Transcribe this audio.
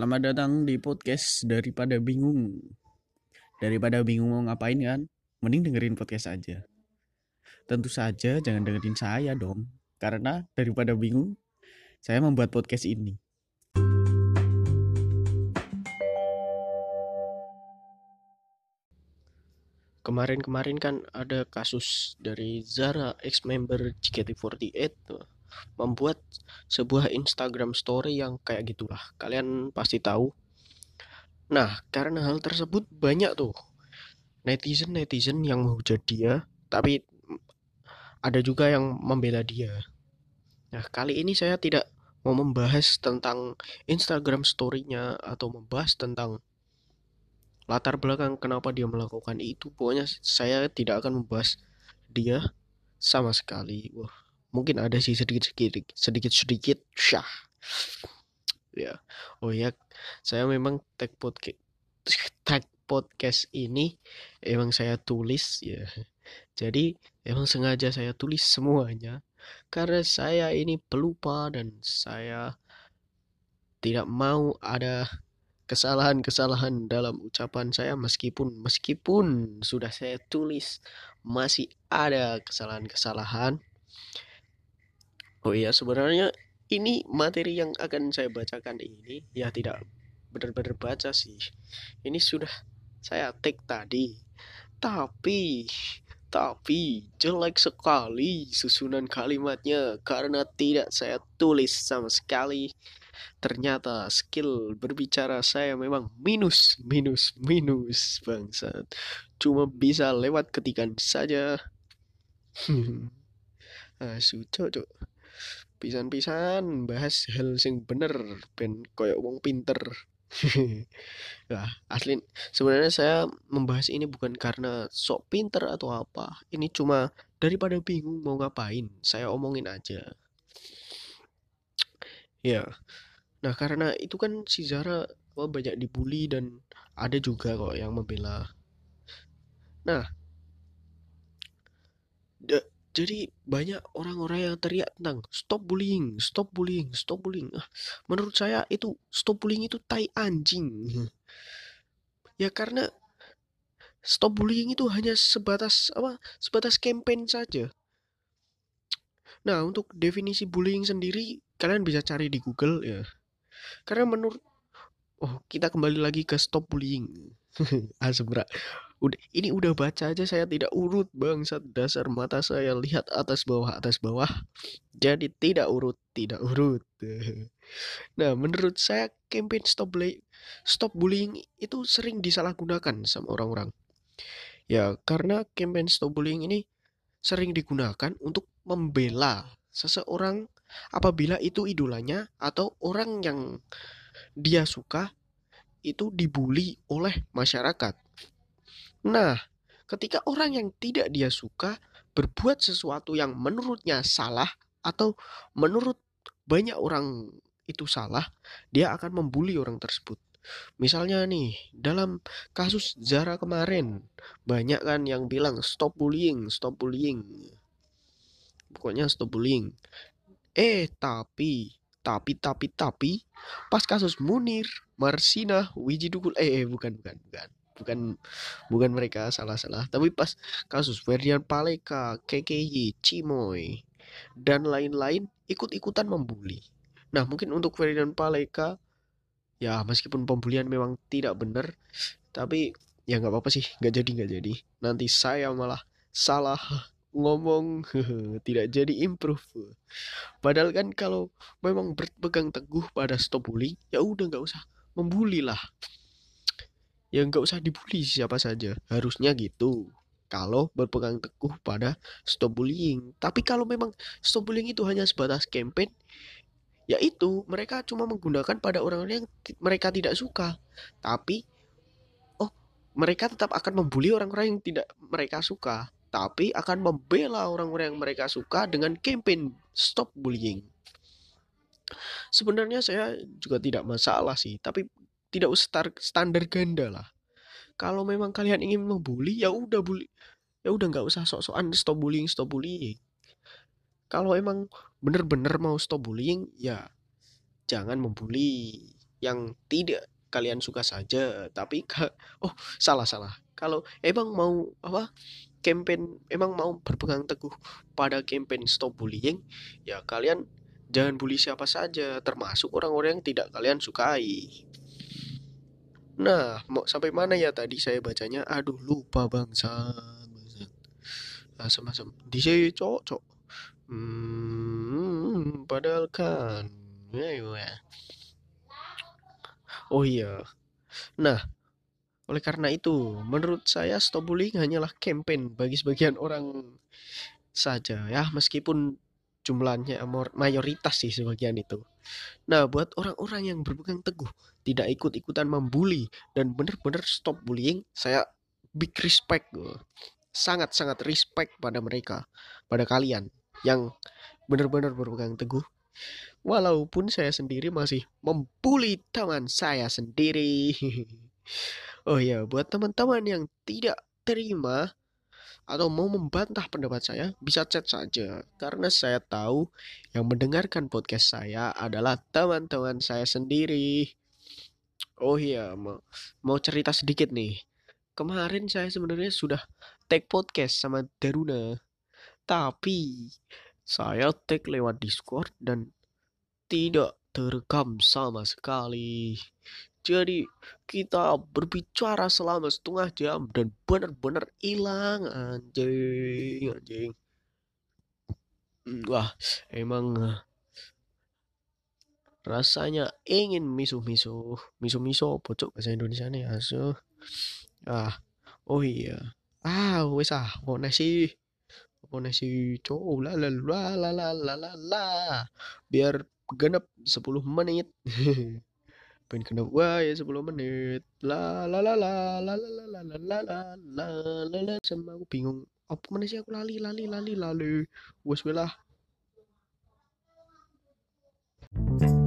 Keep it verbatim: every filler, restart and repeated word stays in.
Selamat datang di podcast Daripada Bingung. Daripada bingung mau ngapain kan, mending dengerin podcast aja. Tentu saja jangan dengerin saya dong, karena daripada bingung, saya membuat podcast ini. Kemarin-kemarin kan ada kasus dari Zara, ex-member J K T empat delapan tuh, membuat sebuah Instagram story yang kayak gitulah. Kalian pasti tahu. Nah, karena hal tersebut banyak tuh netizen-netizen yang menghujat dia, tapi ada juga yang membela dia. Nah, kali ini saya tidak mau membahas tentang Instagram story-nya atau membahas tentang latar belakang kenapa dia melakukan itu. Pokoknya saya tidak akan membahas dia sama sekali. Wah, mungkin ada sih sedikit-sedikit, sedikit-sedikit syah. Ya. Oh ya, saya memang tag podcast tag podcast ini emang saya tulis ya. Jadi emang sengaja saya tulis semuanya karena saya ini pelupa dan saya tidak mau ada kesalahan-kesalahan dalam ucapan saya, meskipun meskipun sudah saya tulis masih ada kesalahan-kesalahan. Oh iya, sebenarnya ini materi yang akan saya bacakan ini ya tidak benar-benar baca sih. Ini sudah saya take tadi. Tapi tapi jelek sekali susunan kalimatnya karena tidak saya tulis sama sekali. Ternyata skill berbicara saya memang minus, minus, minus bangsat. Cuma bisa lewat ketikan saja. Ah, suco, cok. Pisan-pisan bahas hal sing bener ben koyo wong pinter. Nah, asli sebenarnya saya membahas ini bukan karena sok pinter atau apa. Ini cuma daripada bingung mau ngapain, saya omongin aja. Ya, nah karena itu kan si Zara apa, banyak dibully dan ada juga kok yang membela. Nah, da- jadi banyak orang-orang yang teriak tentang stop bullying, stop bullying, stop bullying. Ah, menurut saya itu stop bullying itu tai anjing. Ya karena stop bullying itu hanya sebatas apa? Sebatas campaign saja. Nah, untuk definisi bullying sendiri kalian bisa cari di Google ya. Karena menurut oh, kita kembali lagi ke stop bullying. Asbra. Udah, ini udah baca aja saya tidak urut bangsat, dasar mata saya lihat atas bawah atas bawah. Jadi tidak urut, tidak urut. Nah, menurut saya campaign stop bullying, stop bullying itu sering disalahgunakan sama orang-orang. Ya, karena campaign stop bullying ini sering digunakan untuk membela seseorang apabila itu idolanya atau orang yang dia suka itu dibully oleh masyarakat. Nah, ketika orang yang tidak dia suka berbuat sesuatu yang menurutnya salah atau menurut banyak orang itu salah, dia akan membuli orang tersebut. Misalnya nih, dalam kasus Zara kemarin, banyak kan yang bilang stop bullying, stop bullying. Pokoknya stop bullying. Eh, tapi, tapi, tapi, tapi, pas kasus Munir, Marsina, Wijidukul, eh, eh, bukan, bukan, bukan. Bukan, bukan mereka salah-salah. Tapi pas kasus Ferdian Paleka, K K Y, Cimoy, dan lain-lain ikut-ikutan membuli. Nah, mungkin untuk Ferdian Paleka, ya meskipun pembulian memang tidak benar, tapi ya nggak apa-apa sih, nggak jadi nggak jadi. Nanti saya malah salah ngomong, tidak jadi improve. Padahal kan kalau memang berpegang teguh pada stop bullying, ya udah nggak usah membuli lah. Ya nggak usah dibully siapa saja. Harusnya gitu. Kalau berpegang teguh pada stop bullying. Tapi kalau memang stop bullying itu hanya sebatas campaign, ya itu mereka cuma menggunakan pada orang-orang yang ti- mereka tidak suka. Tapi oh, mereka tetap akan membuli orang-orang yang tidak mereka suka. Tapi akan membela orang-orang yang mereka suka dengan campaign stop bullying. Sebenarnya saya juga tidak masalah sih, tapi tidak usah star- standar ganda lah. Kalau memang kalian ingin membuli, ya udah bully, ya udah nggak usah sok-sokan stop bullying, stop bullying. Kalau emang bener-bener mau stop bullying, ya jangan membuli. yang tidak kalian suka saja, tapi oh salah salah. Kalau emang mau apa campaign emang mau berpegang teguh pada campaign stop bullying, ya kalian jangan bully siapa saja, termasuk orang-orang yang tidak kalian sukai. Nah, mau sampai mana ya tadi saya bacanya? Aduh, lupa bangsa. Nah, semacam di sini cocok. Hmm, padahal kan. Ya, ya. Oh iya. Nah, oleh karena itu, menurut saya stop bullying hanyalah campaign bagi sebagian orang saja ya, meskipun jumlahnya mayoritas sih sebagian itu. Nah, buat orang-orang yang berpegang teguh, tidak ikut-ikutan membuli dan benar-benar stop bullying, saya big respect. Sangat-sangat respect pada mereka, pada kalian yang benar-benar berpegang teguh. Walaupun saya sendiri masih membuli teman saya sendiri. Oh ya, buat teman-teman yang tidak terima atau mau membantah pendapat saya, bisa chat saja. Karena saya tahu yang mendengarkan podcast saya adalah teman-teman saya sendiri. Oh iya, mau, mau cerita sedikit nih. Kemarin saya sebenarnya sudah take podcast sama Daruna. Tapi saya take lewat Discord dan tidak terekam sama sekali. Jadi kita berbicara selama setengah jam dan benar-benar hilang anjing anjing. Wah, emang rasanya ingin misuh-misuh. Misuh-misuh pocok bahasa Indonesia nih asuh. Ah, oh iya. Ah, wes ah, mau nasi. Mau nasi cowok la la la la la la la la. Biar genep sepuluh menit. Pengen genep wah ya sepuluh menit. La la la la la la la la la la la la la sama aku bingung. Apa mana sih aku lali lali lali lali. Wes lah.